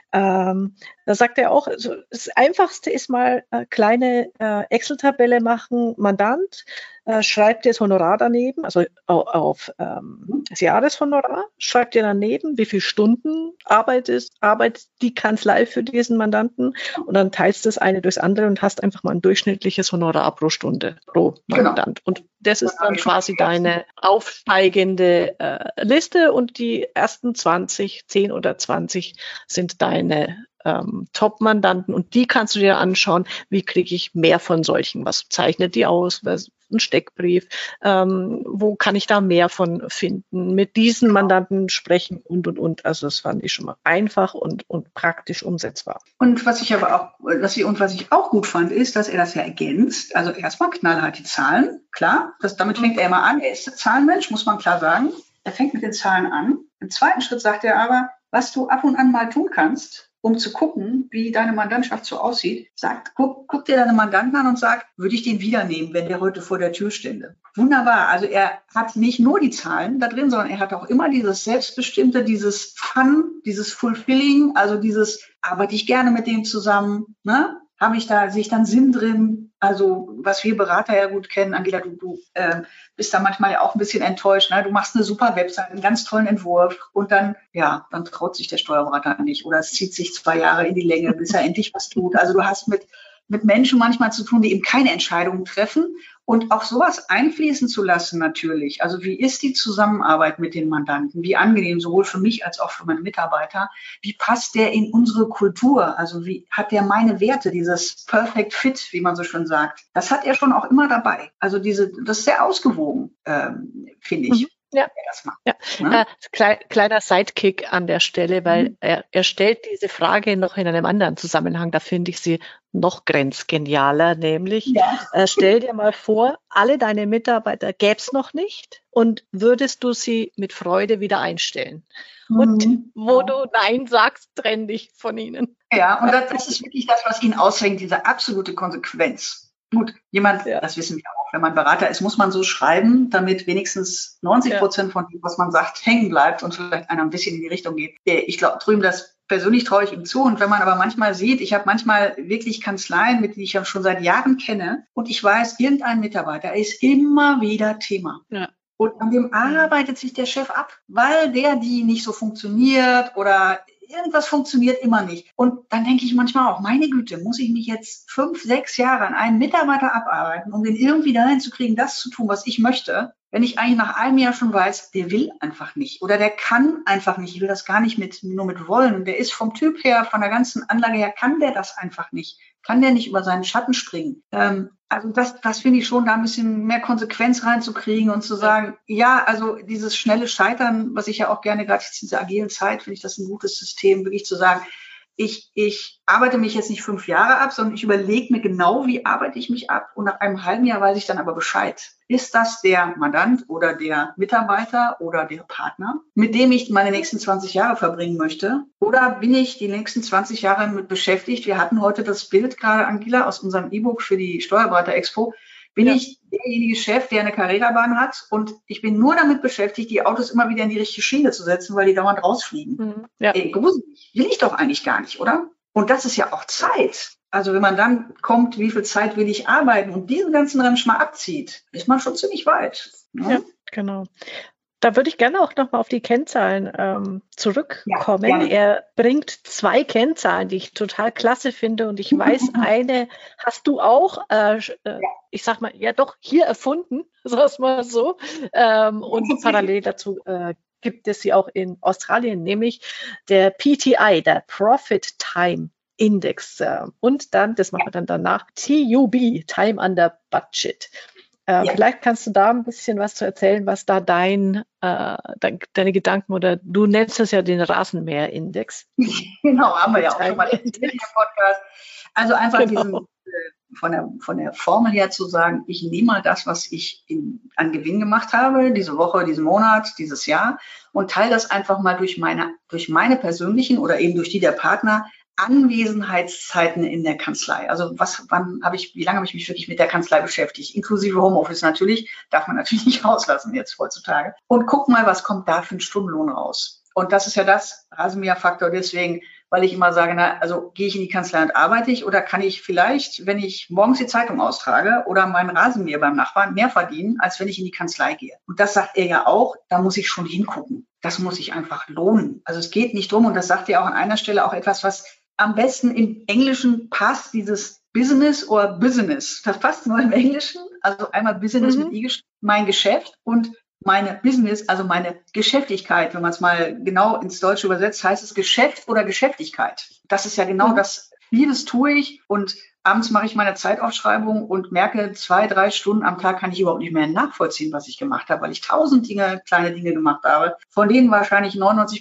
Da sagt er auch, also das Einfachste ist mal kleine Excel-Tabelle machen, Mandant, schreibt dir das Honorar daneben, also auf das Jahreshonorar, schreibt dir daneben, wie viele Stunden arbeitet die Kanzlei für diesen Mandanten und dann teilst du das eine durchs andere und hast einfach mal ein durchschnittliches Honorar pro Stunde, pro Mandant. Und das ist dann quasi deine aufsteigende Liste und die ersten 20, 10 oder 20 sind deine Top-Mandanten und die kannst du dir anschauen, wie kriege ich mehr von solchen, was zeichnet die aus, ein Steckbrief, wo kann ich da mehr von finden, mit diesen Mandanten sprechen und. Also das fand ich schon mal einfach und praktisch umsetzbar. Und was ich auch gut fand, ist, dass er das ja ergänzt. Also erstmal knallhart die Zahlen, klar, damit fängt er immer an. Er ist der Zahlenmensch, muss man klar sagen. Er fängt mit den Zahlen an. Im zweiten Schritt sagt er aber, was du ab und an mal tun kannst, um zu gucken, wie deine Mandantschaft so aussieht, guck dir deine Mandanten an und sag, würde ich den wieder nehmen, wenn der heute vor der Tür stände? Wunderbar. Also er hat nicht nur die Zahlen da drin, sondern er hat auch immer dieses Selbstbestimmte, dieses Fun, dieses Fulfilling, also dieses, arbeite ich gerne mit dem zusammen, ne? Sehe ich dann Sinn drin? Also, was wir Berater ja gut kennen, Angela, du bist da manchmal ja auch ein bisschen enttäuscht, ne? Du machst eine super Website, einen ganz tollen Entwurf und dann traut sich der Steuerberater nicht oder es zieht sich 2 Jahre in die Länge, bis er endlich was tut. Also du hast mit Menschen manchmal zu tun, die eben keine Entscheidungen treffen und auch sowas einfließen zu lassen natürlich. Also wie ist die Zusammenarbeit mit den Mandanten? Wie angenehm, sowohl für mich als auch für meine Mitarbeiter? Wie passt der in unsere Kultur? Also wie hat der meine Werte, dieses Perfect Fit, wie man so schön sagt? Das hat er schon auch immer dabei. Also das ist sehr ausgewogen, finde ich. Ja, ne? Kleiner Sidekick an der Stelle, weil er stellt diese Frage noch in einem anderen Zusammenhang, da finde ich sie noch grenzgenialer, nämlich stell dir mal vor, alle deine Mitarbeiter gäbe es noch nicht und würdest du sie mit Freude wieder einstellen. Und wo du Nein sagst, trenn dich von ihnen. Ja, und das ist wirklich das, was ihn aushängt, diese absolute Konsequenz. Gut, das wissen wir auch, wenn man Berater ist, muss man so schreiben, damit wenigstens 90% von dem, was man sagt, hängen bleibt und vielleicht einer ein bisschen in die Richtung geht. Ich glaube, drüben persönlich traue ich ihm zu. Und wenn man aber manchmal sieht, ich habe manchmal wirklich Kanzleien, die ich ja schon seit Jahren kenne und ich weiß, irgendein Mitarbeiter ist immer wieder Thema. Ja. Und an dem arbeitet sich der Chef ab, weil die nicht so funktioniert oder irgendwas funktioniert immer nicht. Und dann denke ich manchmal auch, meine Güte, muss ich mich jetzt 5, 6 Jahre an einen Mitarbeiter abarbeiten, um den irgendwie dahin zu kriegen, das zu tun, was ich möchte, wenn ich eigentlich nach einem Jahr schon weiß, der will einfach nicht oder der kann einfach nicht. Ich will das gar nicht nur mit wollen. Der ist vom Typ her, von der ganzen Anlage her, kann der das einfach nicht. Kann der nicht über seinen Schatten springen. Also das finde ich schon, da ein bisschen mehr Konsequenz reinzukriegen und zu sagen, also dieses schnelle Scheitern, was ich ja auch gerne, gerade in dieser agilen Zeit, finde ich das ein gutes System, wirklich zu sagen, ich arbeite mich jetzt nicht 5 Jahre ab, sondern ich überlege mir genau, wie arbeite ich mich ab und nach einem halben Jahr weiß ich dann aber Bescheid. Ist das der Mandant oder der Mitarbeiter oder der Partner, mit dem ich meine nächsten 20 Jahre verbringen möchte? Oder bin ich die nächsten 20 Jahre mit beschäftigt? Wir hatten heute das Bild gerade, Angela, aus unserem E-Book für die Steuerberater-Expo. Bin ich derjenige Chef, der eine Carrera-Bahn hat und ich bin nur damit beschäftigt, die Autos immer wieder in die richtige Schiene zu setzen, weil die dauernd rausfliegen. Gruselig. Will ich doch eigentlich gar nicht, oder? Und das ist ja auch Zeit. Also wenn man dann kommt, wie viel Zeit will ich arbeiten und diesen ganzen Ramsch mal abzieht, ist man schon ziemlich weit. Ne? Ja, genau. Da würde ich gerne auch nochmal auf die Kennzahlen Ja, zurückkommen. gerne. Er bringt 2 Kennzahlen, die ich total klasse finde. Und ich weiß, eine hast du auch, Ja, ich sag mal, ja doch, hier erfunden, sag's mal so. Und tatsächlich. parallel dazu gibt es sie auch in Australien, nämlich der PTI, der Profit Time Index. Und dann, das machen wir dann danach, TUB, Time Under Budget. Ja, Vielleicht kannst du da ein bisschen was zu erzählen, was da deine Gedanken oder du nennst es ja den Rasenmäherindex, den genau, haben wir Profit ja auch schon Time mal erzählt im Index. Podcast. Also einfach Genau. von der Formel her zu sagen, ich nehme mal das, was ich an Gewinn gemacht habe, diese Woche, diesen Monat, dieses Jahr und teile das einfach mal durch meine persönlichen oder eben durch die der Partner Anwesenheitszeiten in der Kanzlei. Also wie lange habe ich mich wirklich mit der Kanzlei beschäftigt? Inklusive Homeoffice natürlich, darf man natürlich nicht rauslassen jetzt heutzutage. Und guck mal, was kommt da für einen Stundenlohn raus? Und das ist ja das Rasenmäherfaktor deswegen, weil ich immer sage, na, also gehe ich in die Kanzlei und arbeite ich oder kann ich vielleicht, wenn ich morgens die Zeitung austrage oder meinen Rasenmäher beim Nachbarn mehr verdienen, als wenn ich in die Kanzlei gehe. Und das sagt er ja auch, da muss ich schon hingucken. Das muss sich einfach lohnen. Also es geht nicht drum, und das sagt er auch an einer Stelle auch etwas, was am besten im Englischen passt, dieses Business oder Business. Das passt nur im Englischen. Also einmal Business mit I geschrieben, mein Geschäft, und meine Business, also meine Geschäftigkeit. Wenn man es mal genau ins Deutsche übersetzt, heißt es Geschäft oder Geschäftigkeit. Das ist ja genau Mhm. das. Vieles tue ich und abends mache ich meine Zeitaufschreibung und merke, 2, 3 Stunden am Tag kann ich überhaupt nicht mehr nachvollziehen, was ich gemacht habe, weil ich 1000 kleine Dinge gemacht habe, von denen wahrscheinlich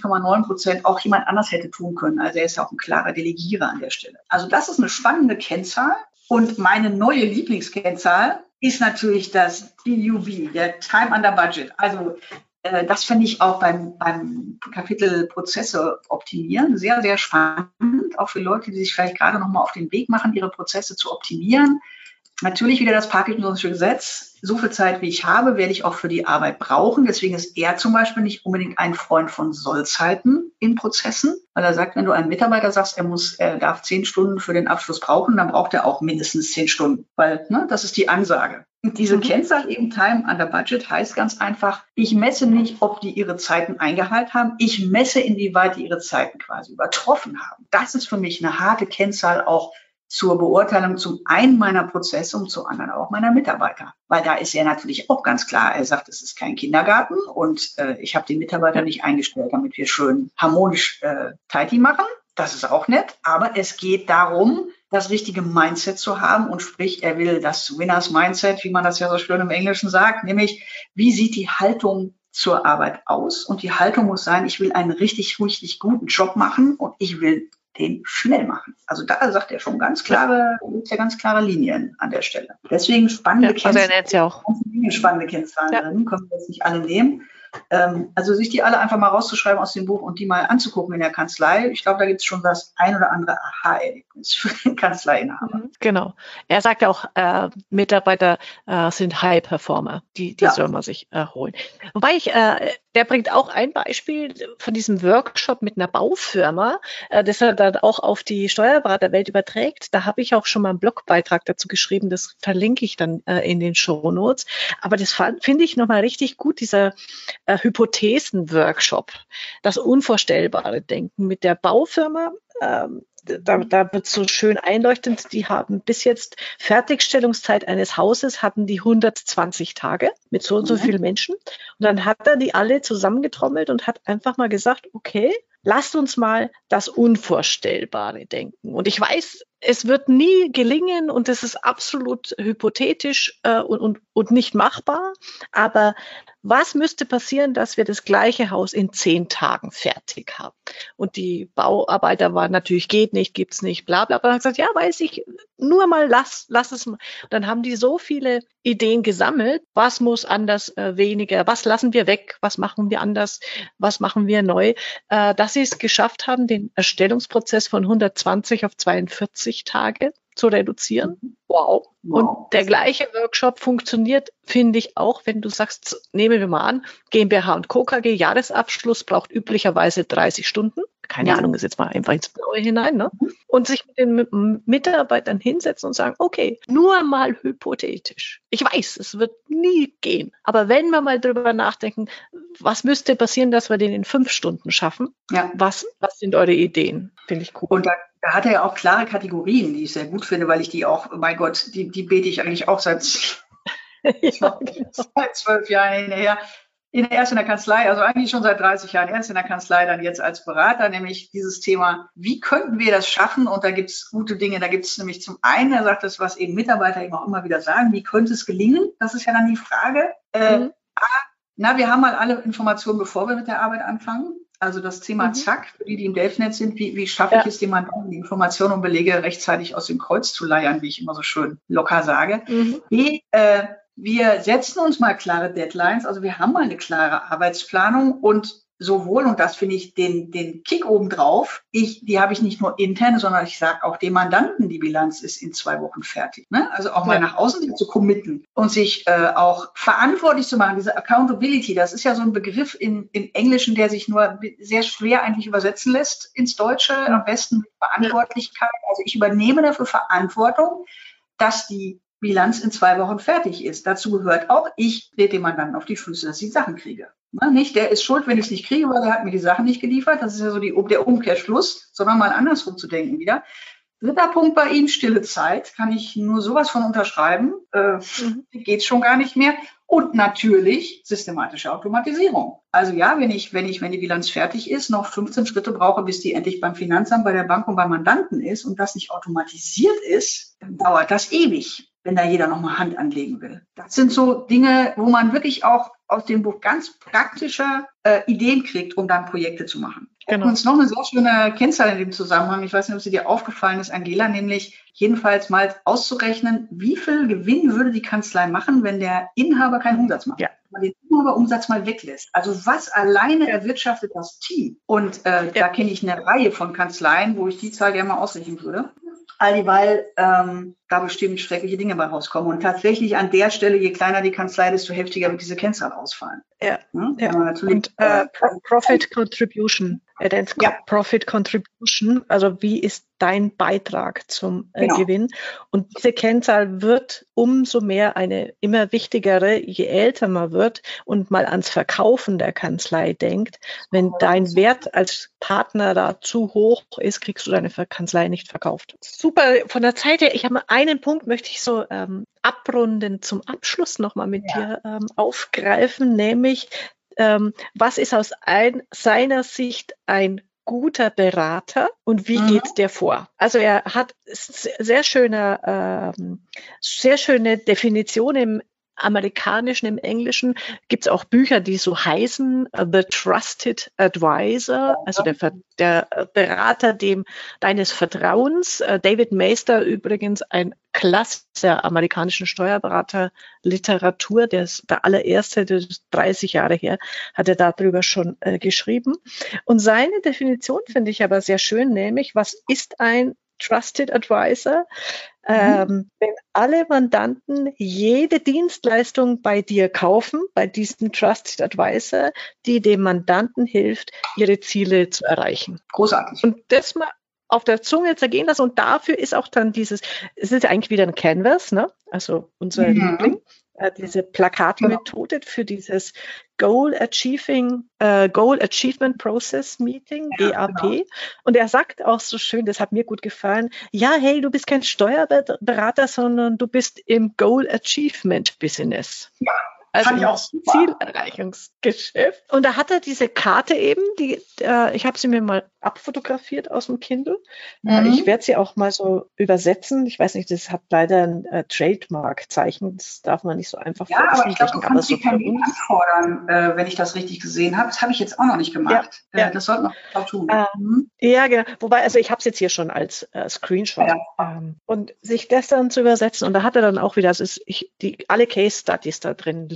99,9% auch jemand anders hätte tun können. Also er ist ja auch ein klarer Delegierer an der Stelle. Also das ist eine spannende Kennzahl. Und meine neue Lieblingskennzahl ist natürlich das TUB, der Time Under Budget. Also das finde ich auch beim Kapitel Prozesse optimieren sehr, sehr spannend, auch für Leute, die sich vielleicht gerade noch mal auf den Weg machen, ihre Prozesse zu optimieren. Natürlich wieder das Parkinson'sche Gesetz. So viel Zeit, wie ich habe, werde ich auch für die Arbeit brauchen. Deswegen ist er zum Beispiel nicht unbedingt ein Freund von Sollzeiten in Prozessen, weil er sagt, wenn du einem Mitarbeiter sagst, er darf 10 Stunden für den Abschluss brauchen, dann braucht er auch mindestens 10 Stunden, weil das ist die Ansage. Und diese Mhm. Kennzahl eben Time Under Budget heißt ganz einfach, ich messe nicht, ob die ihre Zeiten eingehalten haben, ich messe, inwieweit die ihre Zeiten quasi übertroffen haben. Das ist für mich eine harte Kennzahl auch zur Beurteilung zum einen meiner Prozesse und zum anderen auch meiner Mitarbeiter. Weil da ist er natürlich auch ganz klar, er sagt, es ist kein Kindergarten und ich habe den Mitarbeiter Ja. nicht eingestellt, damit wir schön harmonisch Tidy machen. Das ist auch nett, aber es geht darum, das richtige Mindset zu haben, und sprich, er will das Winners Mindset, wie man das ja so schön im Englischen sagt, nämlich, wie sieht die Haltung zur Arbeit aus? Und die Haltung muss sein, ich will einen richtig, richtig guten Job machen und ich will den schnell machen. Also da sagt er schon ganz klare Linien an der Stelle. Deswegen spannende Also er Kennzahlen, nennt es ja auch. spannende Kennzahlen Ja. drin, können wir jetzt nicht alle nehmen. Also sich die alle einfach mal rauszuschreiben aus dem Buch und die mal anzugucken in der Kanzlei. Ich glaube, da gibt es schon das ein oder andere Aha-Erlebnis für den Kanzleiinhaber. Genau. Er sagt ja auch, Mitarbeiter sind High-Performer, die Ja, soll man sich holen. Wobei der bringt auch ein Beispiel von diesem Workshop mit einer Baufirma, das er dann auch auf die Steuerberaterwelt überträgt. Da habe ich auch schon mal einen Blogbeitrag dazu geschrieben, das verlinke ich dann in den Shownotes. Aber das finde ich nochmal richtig gut, dieser Hypothesen-Workshop, das unvorstellbare Denken mit der Baufirma. Da wird so schön einleuchtend, die haben bis jetzt Fertigstellungszeit eines Hauses, hatten die 120 Tage mit so und so vielen Menschen. Und dann hat er die alle zusammengetrommelt und hat einfach mal gesagt, okay, lasst uns mal das Unvorstellbare denken. Und ich weiß, es wird nie gelingen und es ist absolut hypothetisch und nicht machbar. Aber was müsste passieren, dass wir das gleiche Haus in 10 Tagen fertig haben? Und die Bauarbeiter waren natürlich, geht nicht, gibt's nicht, bla bla bla. Und hat gesagt, ja, weiß ich, nur mal lass es mal. Und dann haben die so viele Ideen gesammelt, was muss anders, weniger, was lassen wir weg, was machen wir anders, was machen wir neu, dass sie es geschafft haben, den Erstellungsprozess von 120 auf 42 Tage zu reduzieren. Wow. Und der gleiche Workshop funktioniert, finde ich, auch, wenn du sagst, nehmen wir mal an, GmbH und Co. KG Jahresabschluss braucht üblicherweise 30 Stunden. keine Ahnung, ist jetzt mal einfach ins Blaue hinein, ne? Und sich mit den Mitarbeitern hinsetzen und sagen, okay, nur mal hypothetisch. Ich weiß, es wird nie gehen. Aber wenn wir mal drüber nachdenken, was müsste passieren, dass wir den in 5 Stunden schaffen? Ja. Was sind eure Ideen? Finde ich cool. Und da hat er ja auch klare Kategorien, die ich sehr gut finde, weil ich die auch, mein Gott, die bete ich eigentlich auch seit 12 Jahren hinterher. Erst in der Kanzlei, also eigentlich schon seit 30 Jahren, erst in der Kanzlei, dann jetzt als Berater, nämlich dieses Thema, wie könnten wir das schaffen? Und da gibt es gute Dinge, da gibt es nämlich zum einen, er sagt das, was eben Mitarbeiter eben auch immer wieder sagen, wie könnte es gelingen? Das ist ja dann die Frage. Wir haben mal alle Informationen, bevor wir mit der Arbeit anfangen. Also das Thema Zack, für die im DelfNet sind, wie schaffe ich es, dem Mandanten die Informationen und Belege rechtzeitig aus dem Kreuz zu leiern, wie ich immer so schön locker sage. Wir setzen uns mal klare Deadlines, also wir haben mal eine klare Arbeitsplanung und sowohl, und das finde ich den Kick obendrauf, die habe ich nicht nur intern, sondern ich sage auch dem Mandanten, die Bilanz ist in 2 Wochen fertig. Ne? Also auch mal nach außen zu committen und sich auch verantwortlich zu machen. Diese Accountability, das ist ja so ein Begriff im Englischen, der sich nur sehr schwer eigentlich übersetzen lässt ins Deutsche, am besten mit Verantwortlichkeit. Also ich übernehme dafür Verantwortung, dass die Bilanz in 2 Wochen fertig ist. Dazu gehört auch, ich trete dem Mandanten auf die Füße, dass ich die Sachen kriege. Nicht, der ist schuld, wenn ich es nicht kriege, weil er hat mir die Sachen nicht geliefert. Das ist ja so der Umkehrschluss, sondern mal andersrum zu denken wieder. 3. Punkt bei ihm, stille Zeit, kann ich nur sowas von unterschreiben. Geht schon gar nicht mehr. Und natürlich systematische Automatisierung. Also ja, wenn die Bilanz fertig ist, noch 15 Schritte brauche, bis die endlich beim Finanzamt, bei der Bank und beim Mandanten ist und das nicht automatisiert ist, dann dauert das ewig, wenn da jeder nochmal Hand anlegen will. Das sind so Dinge, wo man wirklich auch aus dem Buch ganz praktische Ideen kriegt, um dann Projekte zu machen. Genau. Und noch eine sehr schöne Kennzahl in dem Zusammenhang, ich weiß nicht, ob sie dir aufgefallen ist, Angela, nämlich jedenfalls mal auszurechnen, wie viel Gewinn würde die Kanzlei machen, wenn der Inhaber keinen Umsatz macht. Ja. Wenn man den Inhaberumsatz mal weglässt. Also was alleine erwirtschaftet das Team? Und da kenne ich eine Reihe von Kanzleien, wo ich die Zahl gerne mal ausrechnen würde. Alldieweil da bestimmt schreckliche Dinge bei rauskommen. Und tatsächlich an der Stelle, je kleiner die Kanzlei, desto heftiger wird diese Kennzahl ausfallen. Ja. Und Profit Contribution. Profit Contribution, also wie ist dein Beitrag zum Gewinn? Und diese Kennzahl wird umso mehr eine immer wichtigere, je älter man wird und mal ans Verkaufen der Kanzlei denkt. Wenn dein Wert als Partner da zu hoch ist, kriegst du deine Kanzlei nicht verkauft. Super, von der Zeit her, ich habe einen Punkt, möchte ich so abrunden zum Abschluss nochmal mit dir aufgreifen, nämlich was ist aus seiner Sicht ein guter Berater und wie geht der vor? Also er hat sehr schöne Definition im Amerikanischen, im Englischen gibt es auch Bücher, die so heißen, The Trusted Advisor, also der Berater deines Vertrauens. David Maister übrigens ein Klassiker amerikanischen Steuerberater-Literatur, der allererste, der ist 30 Jahre her, hat er darüber schon geschrieben. Und seine Definition finde ich aber sehr schön, nämlich, was ist ein Trusted Advisor? Wenn alle Mandanten jede Dienstleistung bei dir kaufen, bei diesem Trusted Advisor, die dem Mandanten hilft, ihre Ziele zu erreichen. Großartig. Und das mal auf der Zunge zergehen lassen. Und dafür ist auch dann es ist eigentlich wieder ein Canvas, ne? Also unser Liebling, diese Plakatmethode für dieses Goal Achievement Process Meeting, GAP. Genau. Und er sagt auch so schön, das hat mir gut gefallen, ja, hey, du bist kein Steuerberater, sondern du bist im Goal Achievement Business. Ja. Also ein Zielerreichungsgeschäft. Und da hat er diese Karte eben, ich habe sie mir mal abfotografiert aus dem Kindle. Ich werde sie auch mal so übersetzen. Ich weiß nicht, das hat leider ein Trademark-Zeichen. Das darf man nicht so einfach veröffentlichen. Ja, aber ich glaube, du kannst die Termin anfordern, wenn ich das richtig gesehen habe. Das habe ich jetzt auch noch nicht gemacht. Ja. Das sollten wir auch tun. Ja, genau. Wobei, also ich habe es jetzt hier schon als Screenshot. Und sich das dann zu übersetzen. Und da hat er dann auch wieder, alle Case Studies da drin liegen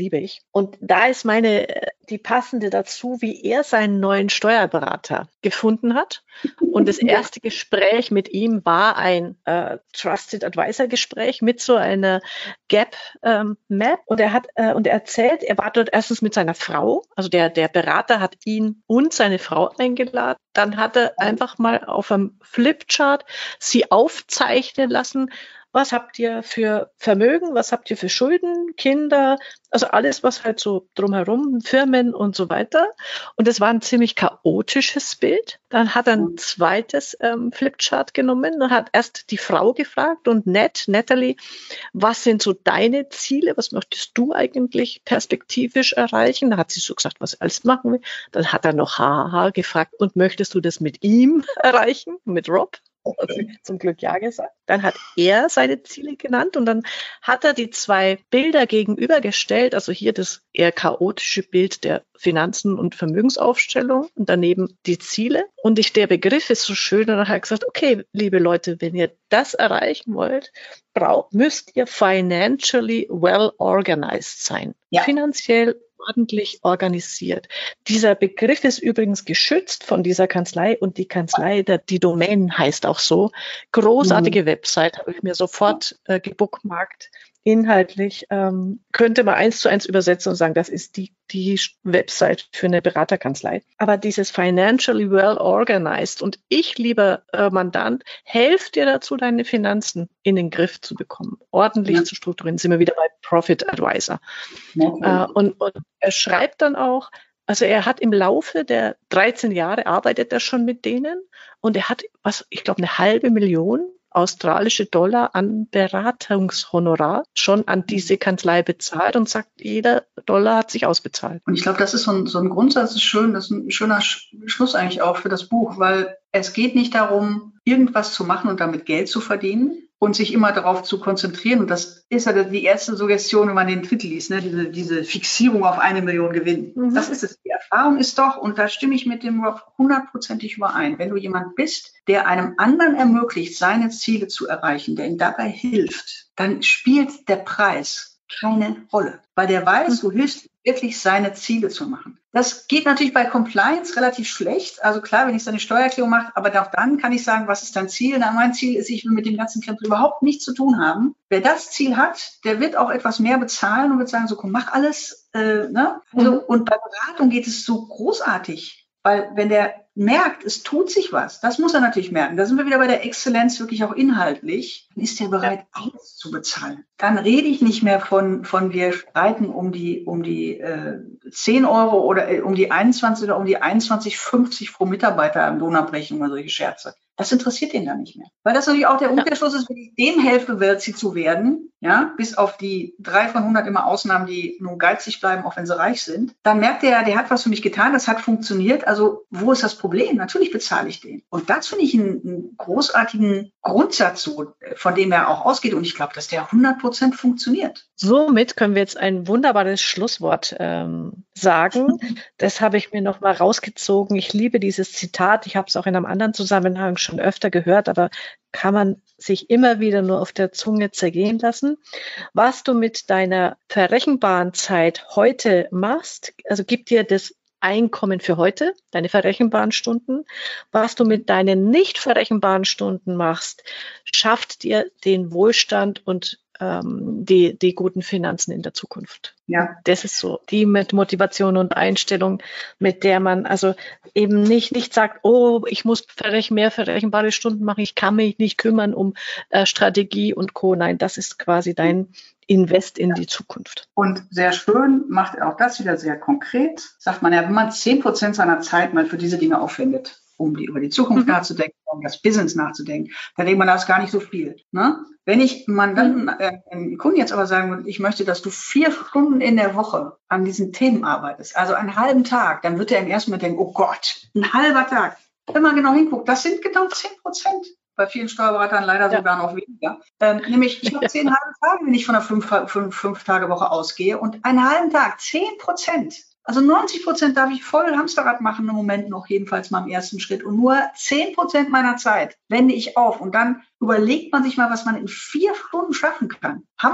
liebe ich. Und da ist die passende dazu, wie er seinen neuen Steuerberater gefunden hat. Und das erste Gespräch mit ihm war ein Trusted Advisor Gespräch mit so einer Gap Map. Und er erzählt, er war dort erstens mit seiner Frau, also der Berater hat ihn und seine Frau eingeladen. Dann hat er einfach mal auf einem Flipchart sie aufzeichnen lassen, was habt ihr für Vermögen, was habt ihr für Schulden, Kinder, also alles, was halt so drumherum, Firmen und so weiter. Und es war ein ziemlich chaotisches Bild. Dann hat er ein zweites Flipchart genommen und hat erst die Frau gefragt und Natalie, was sind so deine Ziele, was möchtest du eigentlich perspektivisch erreichen? Da hat sie so gesagt, was sie alles machen will. Dann hat er noch gefragt, und möchtest du das mit ihm erreichen, mit Rob? Also zum Glück ja gesagt. Dann hat er seine Ziele genannt und dann hat er die zwei Bilder gegenübergestellt, also hier das eher chaotische Bild der Finanzen- und Vermögensaufstellung und daneben die Ziele. Und der Begriff ist so schön und dann hat er gesagt, okay, liebe Leute, wenn ihr das erreichen wollt, müsst ihr financially well organized sein. Ja. Finanziell ordentlich organisiert. Dieser Begriff ist übrigens geschützt von dieser Kanzlei und die Kanzlei, die Domain heißt auch so. Großartige Website, habe ich mir sofort gebookmarkt. Inhaltlich könnte man 1:1 übersetzen und sagen, das ist die Website für eine Beraterkanzlei. Aber dieses financially well organized und ich, lieber Mandant, helfe dir dazu, deine Finanzen in den Griff zu bekommen, ordentlich zu strukturieren. Sind wir wieder bei Profit Advisor. Und er schreibt dann auch, also er hat im Laufe der 13 Jahre arbeitet er schon mit denen und er hat, ich glaube, 500.000 australische Dollar an Beratungshonorar schon an diese Kanzlei bezahlt und sagt, jeder Dollar hat sich ausbezahlt. Und ich glaube, das ist so ein Grundsatz, das ist schön, das ist ein schöner Schluss eigentlich auch für das Buch, weil es geht nicht darum, irgendwas zu machen und damit Geld zu verdienen und sich immer darauf zu konzentrieren. Und das ist ja die erste Suggestion, wenn man den Titel liest, ne? diese Fixierung auf 1 Million Gewinn. Das ist es. Die Erfahrung ist doch, und da stimme ich mit dem Rob 100%ig überein, wenn du jemand bist, der einem anderen ermöglicht, seine Ziele zu erreichen, der ihm dabei hilft, dann spielt der Preis keine Rolle, weil der weiß, du hilfst wirklich, seine Ziele zu machen. Das geht natürlich bei Compliance relativ schlecht. Also klar, wenn ich seine Steuererklärung mache, aber auch dann kann ich sagen, was ist dein Ziel? Na, mein Ziel ist, ich will mit dem ganzen Krempel überhaupt nichts zu tun haben. Wer das Ziel hat, der wird auch etwas mehr bezahlen und wird sagen, so komm, mach alles. Ne? Also, und bei Beratung geht es so großartig, weil wenn der merkt, es tut sich was, das muss er natürlich merken. Da sind wir wieder bei der Exzellenz, wirklich auch inhaltlich. Dann ist er bereit, alles zu bezahlen. Dann rede ich nicht mehr von wir streiten um die 10 Euro oder um die 21 oder um die 21,50 pro Mitarbeiter im Lohnabrechnung oder solche Scherze. Das interessiert ihn dann nicht mehr. Weil das natürlich auch der Umkehrschluss ist, wenn ich dem helfe, Wealthy zu werden, ja, bis auf die 3 von 100 immer Ausnahmen, die nun geizig bleiben, auch wenn sie reich sind, dann merkt er, der hat was für mich getan, das hat funktioniert. Also wo ist das Problem? Natürlich bezahle ich den. Und das finde ich einen großartigen Grundsatz, so, von dem er auch ausgeht. Und ich glaube, dass der 100% funktioniert. Somit können wir jetzt ein wunderbares Schlusswort sagen. Das habe ich mir noch mal rausgezogen. Ich liebe dieses Zitat. Ich habe es auch in einem anderen Zusammenhang schon öfter gehört, aber kann man sich immer wieder nur auf der Zunge zergehen lassen. Was du mit deiner verrechenbaren Zeit heute machst, also gibt dir das Einkommen für heute, deine verrechenbaren Stunden. Was du mit deinen nicht verrechenbaren Stunden machst, schafft dir den Wohlstand und die guten Finanzen in der Zukunft. Ja. Das ist so die mit Motivation und Einstellung, mit der man also eben nicht sagt, oh, ich muss mehr verrechenbare Stunden machen, ich kann mich nicht kümmern um Strategie und Co. Nein, das ist quasi dein Invest in die Zukunft. Und sehr schön, macht er auch das wieder sehr konkret. Sagt man ja, wenn man 10% seiner Zeit mal für diese Dinge aufwendet, um über die Zukunft nachzudenken, um das Business nachzudenken, dann denkt man, das gar nicht so viel. Ne? Wenn ich einen Kunden jetzt aber sagen würde, ich möchte, dass du 4 Stunden in der Woche an diesen Themen arbeitest, also einen halben Tag, dann wird er im ersten Moment denken, oh Gott, ein halber Tag. Wenn man genau hinguckt, das sind genau 10%. Bei vielen Steuerberatern leider sogar noch weniger. Nämlich, ich habe 10 halbe Tage, wenn ich von einer 5-Tage-Woche ausgehe und einen halben Tag, 10%. Also 90% darf ich voll Hamsterrad machen im Moment noch, jedenfalls mal im ersten Schritt. Und nur 10% meiner Zeit wende ich auf. Und dann überlegt man sich mal, was man in 4 Stunden schaffen kann. Hammer.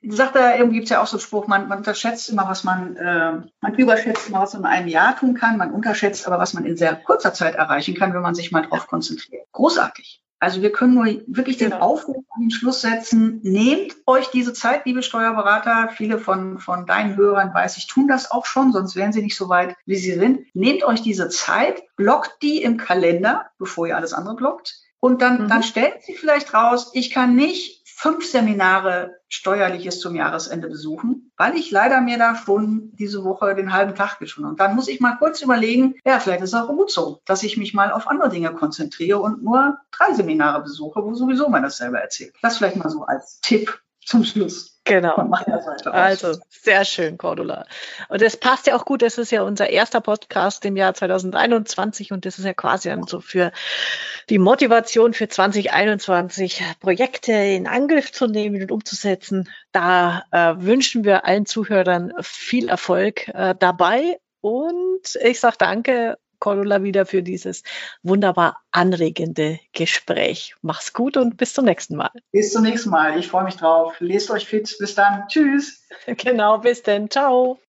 sagt er, irgendwie gibt es ja auch so einen Spruch, man unterschätzt immer, man überschätzt immer, was man in einem Jahr tun kann, man unterschätzt aber, was man in sehr kurzer Zeit erreichen kann, wenn man sich mal drauf konzentriert. Großartig. Also wir können nur wirklich den Aufruf an den Schluss setzen, nehmt euch diese Zeit, liebe Steuerberater. Viele von deinen Hörern, weiß ich, tun das auch schon, sonst wären sie nicht so weit, wie sie sind. Nehmt euch diese Zeit, blockt die im Kalender, bevor ihr alles andere blockt. Und dann stellt sie vielleicht raus, ich kann nicht 5 Seminare Steuerliches zum Jahresende besuchen, weil ich leider mir da schon diese Woche den halben Tag geschwunden. Und dann muss ich mal kurz überlegen, ja, vielleicht ist es auch gut so, dass ich mich mal auf andere Dinge konzentriere und nur 3 Seminare besuche, wo sowieso man das selber erzählt. Das vielleicht mal so als Tipp zum Schluss. Genau. Also sehr schön, Cordula. Und es passt ja auch gut, das ist ja unser erster Podcast im Jahr 2021 und das ist ja quasi dann so für die Motivation für 2021, Projekte in Angriff zu nehmen und umzusetzen. Da wünschen wir allen Zuhörern viel Erfolg dabei und ich sage danke, Cordula, wieder für dieses wunderbar anregende Gespräch. Mach's gut und bis zum nächsten Mal. Bis zum nächsten Mal. Ich freue mich drauf. Lest euch fit. Bis dann. Tschüss. Genau, bis dann. Ciao.